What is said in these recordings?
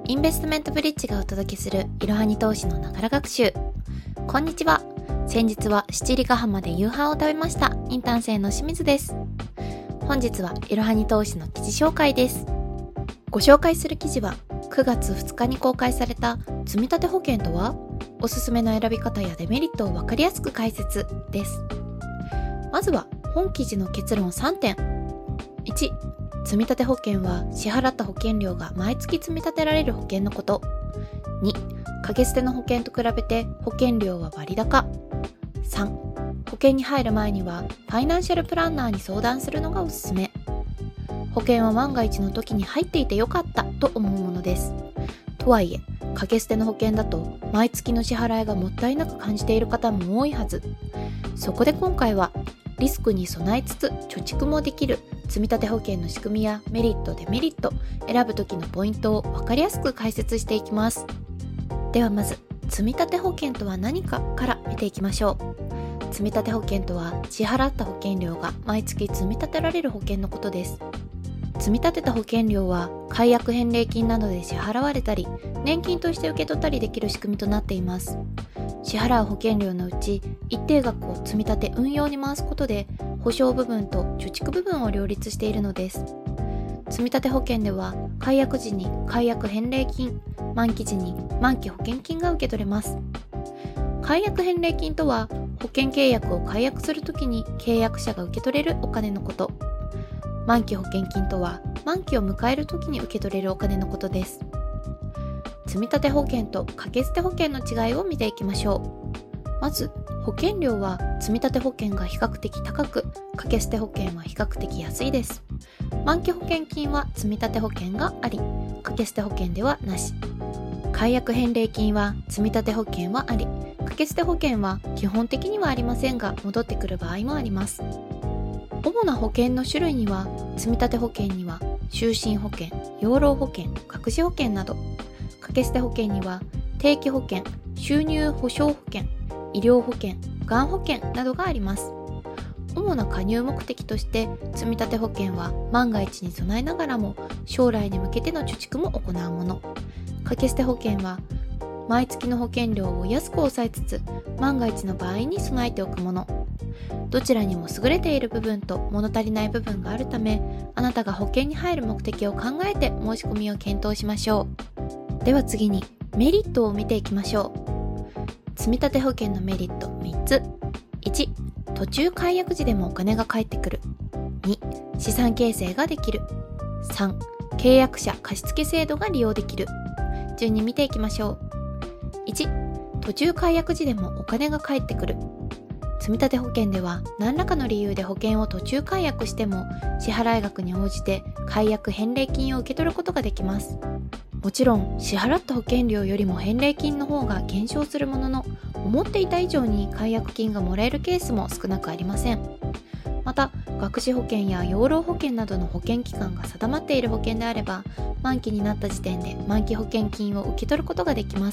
インベストメントブリッジがお届けするいろはに投資のながら学習。こんにちは。先日は七里ヶ浜で夕飯を食べましたインターン生の清水です。本日はいろはに投資の記事紹介です。ご紹介する記事は9月2日に公開された積立保険とは、おすすめの選び方やデメリットを分かりやすく解説です。まずは本記事の結論3点。1、積立保険は支払った保険料が毎月積み立てられる保険のこと。2、掛け捨ての保険と比べて保険料は割高。3、保険に入る前にはファイナンシャルプランナーに相談するのがおすすめ。保険は万が一の時に入っていてよかったと思うものです。とはいえ、掛け捨ての保険だと毎月の支払いがもったいなく感じている方も多いはず。そこで今回はリスクに備えつつ貯蓄もできる積立保険の仕組みやメリットデメリット、選ぶ時のポイントを分かりやすく解説していきます。ではまず、積立保険とは何かから見ていきましょう。積立保険とは支払った保険料が毎月積み立てられる保険のことです。積み立てた保険料は解約返礼金などで支払われたり、年金として受け取ったりできる仕組みとなっています。支払う保険料のうち一定額を積み立て運用に回すことで、保証部分と貯蓄部分を両立しているのです。積立保険では解約時に解約返礼金、満期時に満期保険金が受け取れます。解約返礼金とは、保険契約を解約するときに契約者が受け取れるお金のこと。満期保険金とは、満期を迎えるときに受け取れるお金のことです。積立保険と掛け捨て保険の違いを見ていきましょう。まず、保険料は積立保険が比較的高く、掛け捨て保険は比較的安いです。満期保険金は積立保険があり、掛け捨て保険ではなし。解約返礼金は積立保険はあり、掛け捨て保険は基本的にはありませんが、戻ってくる場合もあります。主な保険の種類には、積立保険には就寝保険、養老保険、学資保険など、掛け捨て保険には定期保険、収入保障保険、医療保険、がん保険などがあります。主な加入目的として、積立保険は万が一に備えながらも将来に向けての貯蓄も行うもの。掛け捨て保険は毎月の保険料を安く抑えつつ、万が一の場合に備えておくもの。どちらにも優れている部分と物足りない部分があるため、あなたが保険に入る目的を考えて申し込みを検討しましょう。では次にメリットを見ていきましょう。積立保険のメリット3つ。1、途中解約時でもお金が返ってくる。2、資産形成ができる。3、契約者貸付制度が利用できる。順に見ていきましょう。1、途中解約時でもお金が返ってくる。積立保険では何らかの理由で保険を途中解約しても、支払い額に応じて解約返礼金を受け取ることができます。もちろん支払った保険料よりも返礼金の方が減少するものの、思っていた以上に解約金がもらえるケースも少なくありません。また、学資保険や養老保険などの保険期間が定まっている保険であれば、満期になった時点で満期保険金を受け取ることができます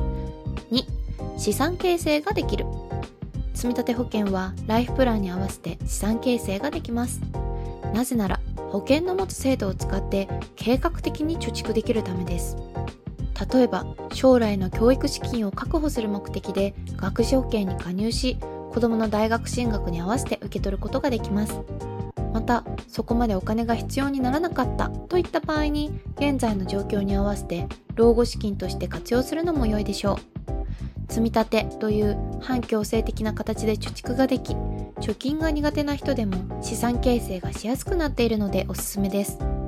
。2、資産形成ができる。積立保険はライフプランに合わせて資産形成ができます。なぜなら、保険の持つ制度を使って計画的に貯蓄できるためです。例えば、将来の教育資金を確保する目的で学資保険に加入し、子どもの大学進学に合わせて受け取ることができます。また、そこまでお金が必要にならなかったといった場合に、現在の状況に合わせて老後資金として活用するのも良いでしょう。積み立てという半強制的な形で貯蓄ができ、貯金が苦手な人でも資産形成がしやすくなっているのでおすすめです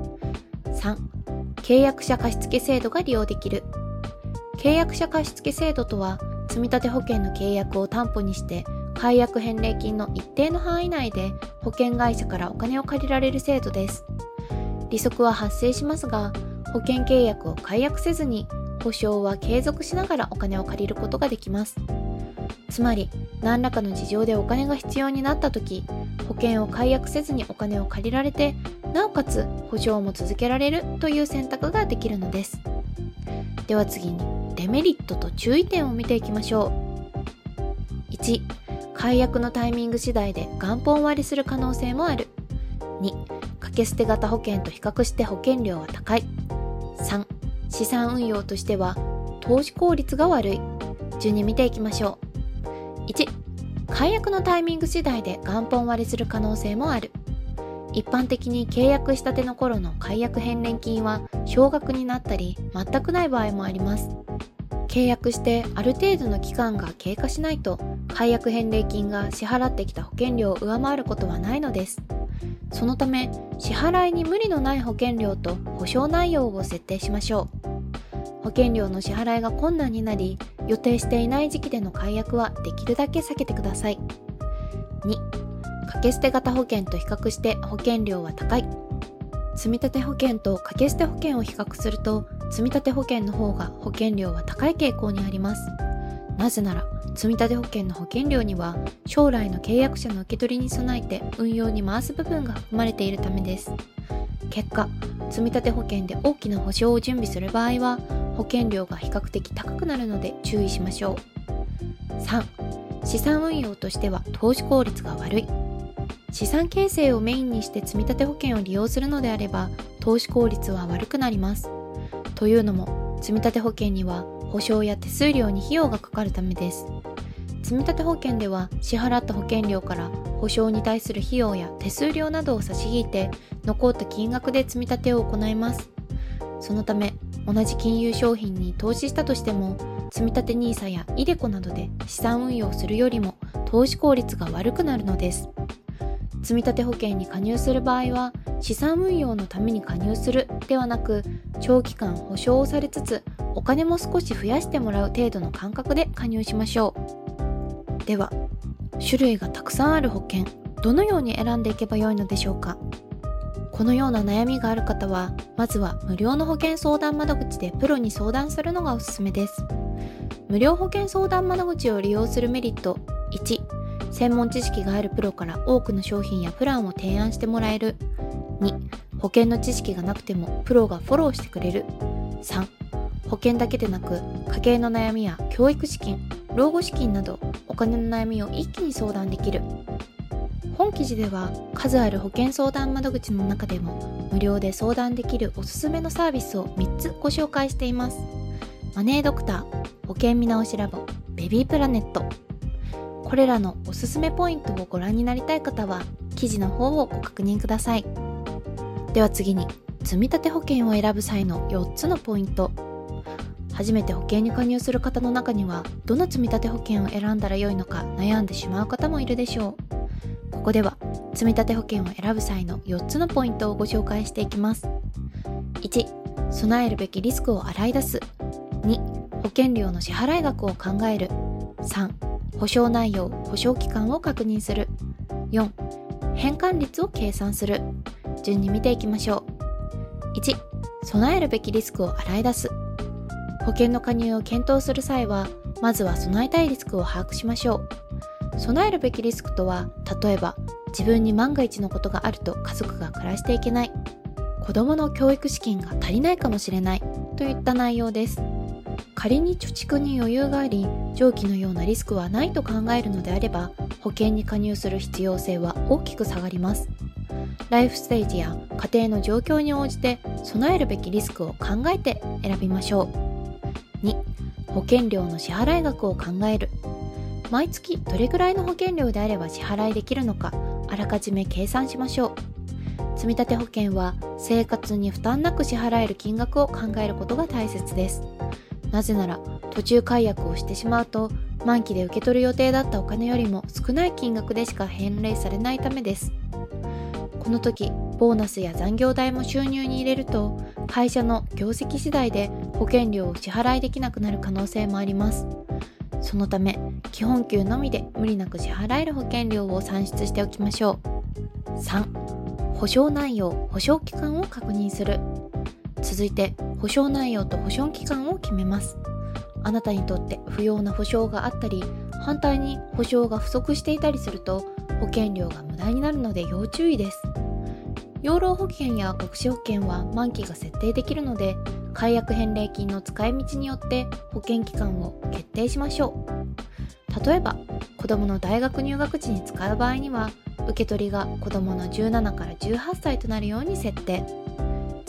。3、契約者貸付制度が利用できる。契約者貸付制度とは、積立保険の契約を担保にして解約返礼金の一定の範囲内で保険会社からお金を借りられる制度です。利息は発生しますが、保険契約を解約せずに保証は継続しながらお金を借りることができます。つまり、何らかの事情でお金が必要になったとき、保険を解約せずにお金を借りられて、なおかつ保証も続けられるという選択ができるのです。では次に、デメリットと注意点を見ていきましょう。1、解約のタイミング次第で元本割りする可能性もある。2、掛け捨て型保険と比較して保険料は高い。3、 資産運用としては投資効率が悪い。順に見ていきましょう。1、解約のタイミング次第で元本割れする可能性もある。一般的に契約したての頃の解約返礼金は少額になったり全くない場合もあります。契約してある程度の期間が経過しないと解約返礼金が支払ってきた保険料を上回ることはないのです。そのため支払いに無理のない保険料と保証内容を設定しましょう。保険料の支払いが困難になり予定していない時期での解約はできるだけ避けてください。2、掛け捨て型保険と比較して保険料は高い。積立保険と掛け捨て保険を比較すると積立保険の方が保険料は高い傾向にあります。なぜなら積立保険の保険料には将来の契約者の受け取りに備えて運用に回す部分が含まれているためです。結果、積立保険で大きな保証を準備する場合は保険料が比較的高くなるので注意しましょう。3、資産運用としては投資効率が悪い。資産形成をメインにして積立保険を利用するのであれば投資効率は悪くなります。というのも積立保険には保証や手数料に費用がかかるためです。積立保険では支払った保険料から保証に対する費用や手数料などを差し引いて残った金額で積み立てを行います。そのため同じ金融商品に投資したとしても積立 NISA やiDeCoなどで資産運用するよりも投資効率が悪くなるのです。積立保険に加入する場合は資産運用のために加入するではなく長期間保証をされつつお金も少し増やしてもらう程度の感覚で加入しましょう。では種類がたくさんある保険、どのように選んでいけばよいのでしょうか。このような悩みがある方はまずは無料の保険相談窓口でプロに相談するのがおすすめです。無料保険相談窓口を利用するメリット。1、専門知識があるプロから多くの商品やプランを提案してもらえる。2、保険の知識がなくてもプロがフォローしてくれる。3、保険だけでなく家計の悩みや教育資金、老後資金などお金の悩みを一気に相談できる。本記事では数ある保険相談窓口の中でも無料で相談できるおすすめのサービスを3つご紹介しています。マネードクター、保険見直しラボ、ベビープラネット。これらのおすすめポイントをご覧になりたい方は記事の方をご確認ください。では次に積立保険を選ぶ際の4つのポイント。初めて保険に加入する方の中にはどの積立保険を選んだらよいのか悩んでしまう方もいるでしょう。ここでは積立保険を選ぶ際の4つのポイントをご紹介していきます。1、備えるべきリスクを洗い出す。2、保険料の支払い額を考える。3、保証内容・保証期間を確認する。4、返還率を計算する。順に見ていきましょう。1、備えるべきリスクを洗い出す。保険の加入を検討する際はまずは備えたいリスクを把握しましょう。備えるべきリスクとは、例えば自分に万が一のことがあると家族が暮らしていけない、子供の教育資金が足りないかもしれないといった内容です。仮に貯蓄に余裕があり上記のようなリスクはないと考えるのであれば保険に加入する必要性は大きく下がります。ライフステージや家庭の状況に応じて備えるべきリスクを考えて選びましょう。2、保険料の支払い額を考える。毎月どれぐらいの保険料であれば支払いできるのかあらかじめ計算しましょう。積立保険は生活に負担なく支払える金額を考えることが大切です。なぜなら途中解約をしてしまうと満期で受け取る予定だったお金よりも少ない金額でしか返礼されないためです。この時ボーナスや残業代も収入に入れると会社の業績次第で保険料を支払いできなくなる可能性もあります。そのため基本給のみで無理なく支払える保険料を算出しておきましょう。3、保証内容・保証期間を確認する。続いて保証内容と保証期間を決めます。あなたにとって不要な保証があったり反対に保証が不足していたりすると保険料が無駄になるので要注意です。養老保険や国資保険は満期が設定できるので解約返礼金の使い道によって保険期間を決定しましょう。例えば子どもの大学入学時に使う場合には受け取りが子どもの17から18歳となるように設定。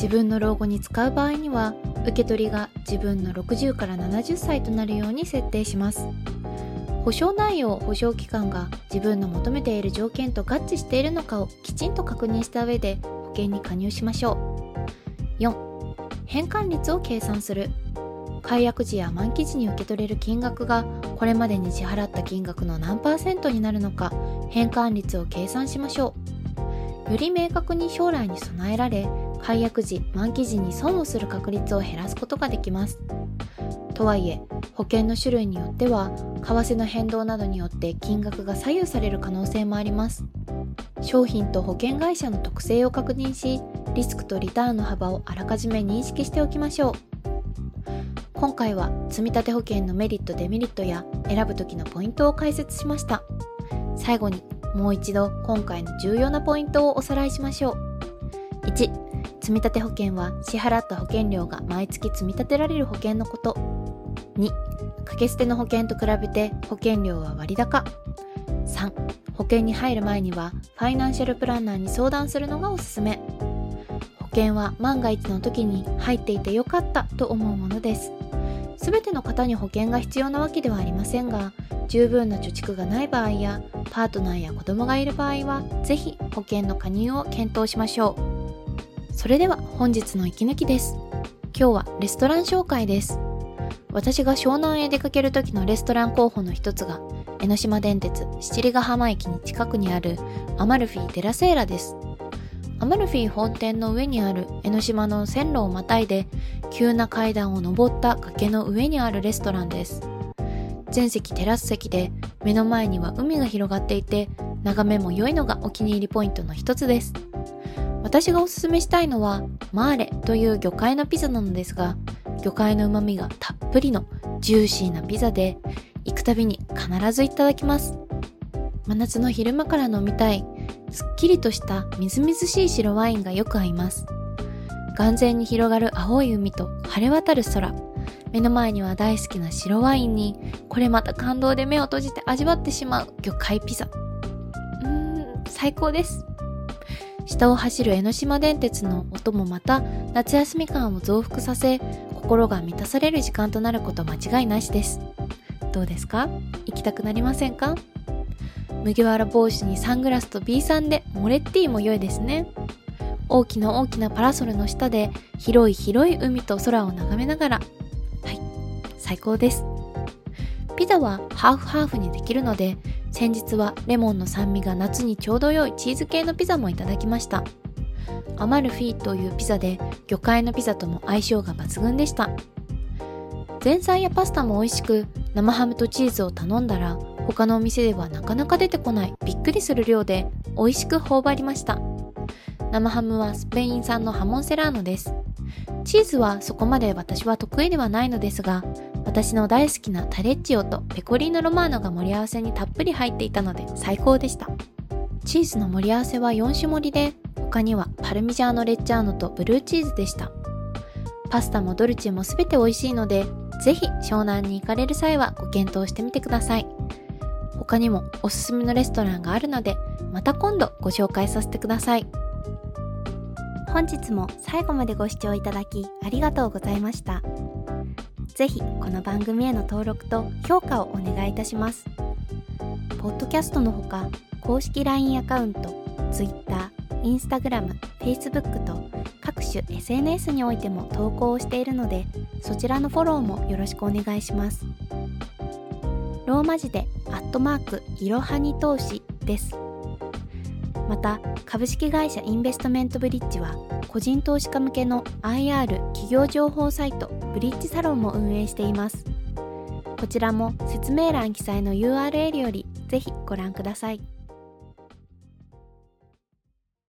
自分の老後に使う場合には、受け取りが自分の60から70歳となるように設定します。保証内容、保証期間が自分の求めている条件と合致しているのかをきちんと確認した上で保険に加入しましょう。4、返還率を計算する。解約時や満期時に受け取れる金額がこれまでに支払った金額の何%になるのか、返還率を計算しましょう。より明確に将来に備えられ、解約時、満期時に損をする確率を減らすことができます。とはいえ、保険の種類によっては為替の変動などによって金額が左右される可能性もあります。商品と保険会社の特性を確認し、リスクとリターンの幅をあらかじめ認識しておきましょう。今回は積立保険のメリットデメリットや選ぶ時のポイントを解説しました。最後にもう一度今回の重要なポイントをおさらいしましょう。1、積立保険は支払った保険料が毎月積み立てられる保険のこと。2、掛け捨ての保険と比べて保険料は割高。3、保険に入る前にはファイナンシャルプランナーに相談するのがおすすめ。保険は万が一の時に入っていてよかったと思うものです。すべての方に保険が必要なわけではありませんが、十分な貯蓄がない場合やパートナーや子供がいる場合はぜひ保険の加入を検討しましょう。それでは本日の息抜きです。今日はレストラン紹介です。私が湘南へ出かける時のレストラン候補の一つが、江ノ島電鉄七里ヶ浜駅に近くにあるアマルフィデラセーラです。アマルフィ本店の上にある江ノ島の線路をまたいで急な階段を登った崖の上にあるレストランです。全席テラス席で目の前には海が広がっていて、眺めも良いのがお気に入りポイントの一つです。私がおすすめしたいのはマーレという魚介のピザなのですが、魚介の旨味がたっぷりのジューシーなピザで、行くたびに必ずいただきます。真夏の昼間から飲みたいすっきりとしたみずみずしい白ワインがよく合います。眼前に広がる青い海と晴れ渡る空、目の前には大好きな白ワインに、これまた感動で目を閉じて味わってしまう魚介ピザ。最高です。下を走る江ノ島電鉄の音もまた夏休み感を増幅させ、心が満たされる時間となること間違いなしです。どうですか？行きたくなりませんか？麦わら帽子にサングラスと B さんでモレッティも良いですね。大きな大きなパラソルの下で広い広い海と空を眺めながら、最高です。ピザはハーフハーフにできるので、先日はレモンの酸味が夏にちょうど良いチーズ系のピザもいただきました。アマルフィというピザで魚介のピザとも相性が抜群でした。前菜やパスタも美味しく、生ハムとチーズを頼んだら他のお店ではなかなか出てこないびっくりする量で美味しく頬張りました。生ハムはスペイン産のハモンセラーノです。チーズはそこまで私は得意ではないのですが、私の大好きなタレッジオとペコリーノロマーノが盛り合わせにたっぷり入っていたので最高でした。チーズの盛り合わせは4種盛りで、他にはパルミジャーノレッジャーノとブルーチーズでした。パスタもドルチェもすべて美味しいので、ぜひ湘南に行かれる際はご検討してみてください。他にもおすすめのレストランがあるので、また今度ご紹介させてください。本日も最後までご視聴いただきありがとうございました。ぜひこの番組への登録と評価をお願いいたします。ポッドキャストのほか、公式 LINE アカウント、Twitter、Instagram、Facebook と各種 SNS においても投稿をしているので、そちらのフォローもよろしくお願いします。ローマ字でいろはに投資です。また、株式会社インベストメントブリッジは、個人投資家向けの IR 企業情報サイトブリッジサロンも運営しています。こちらも説明欄記載の URL よりぜひご覧ください。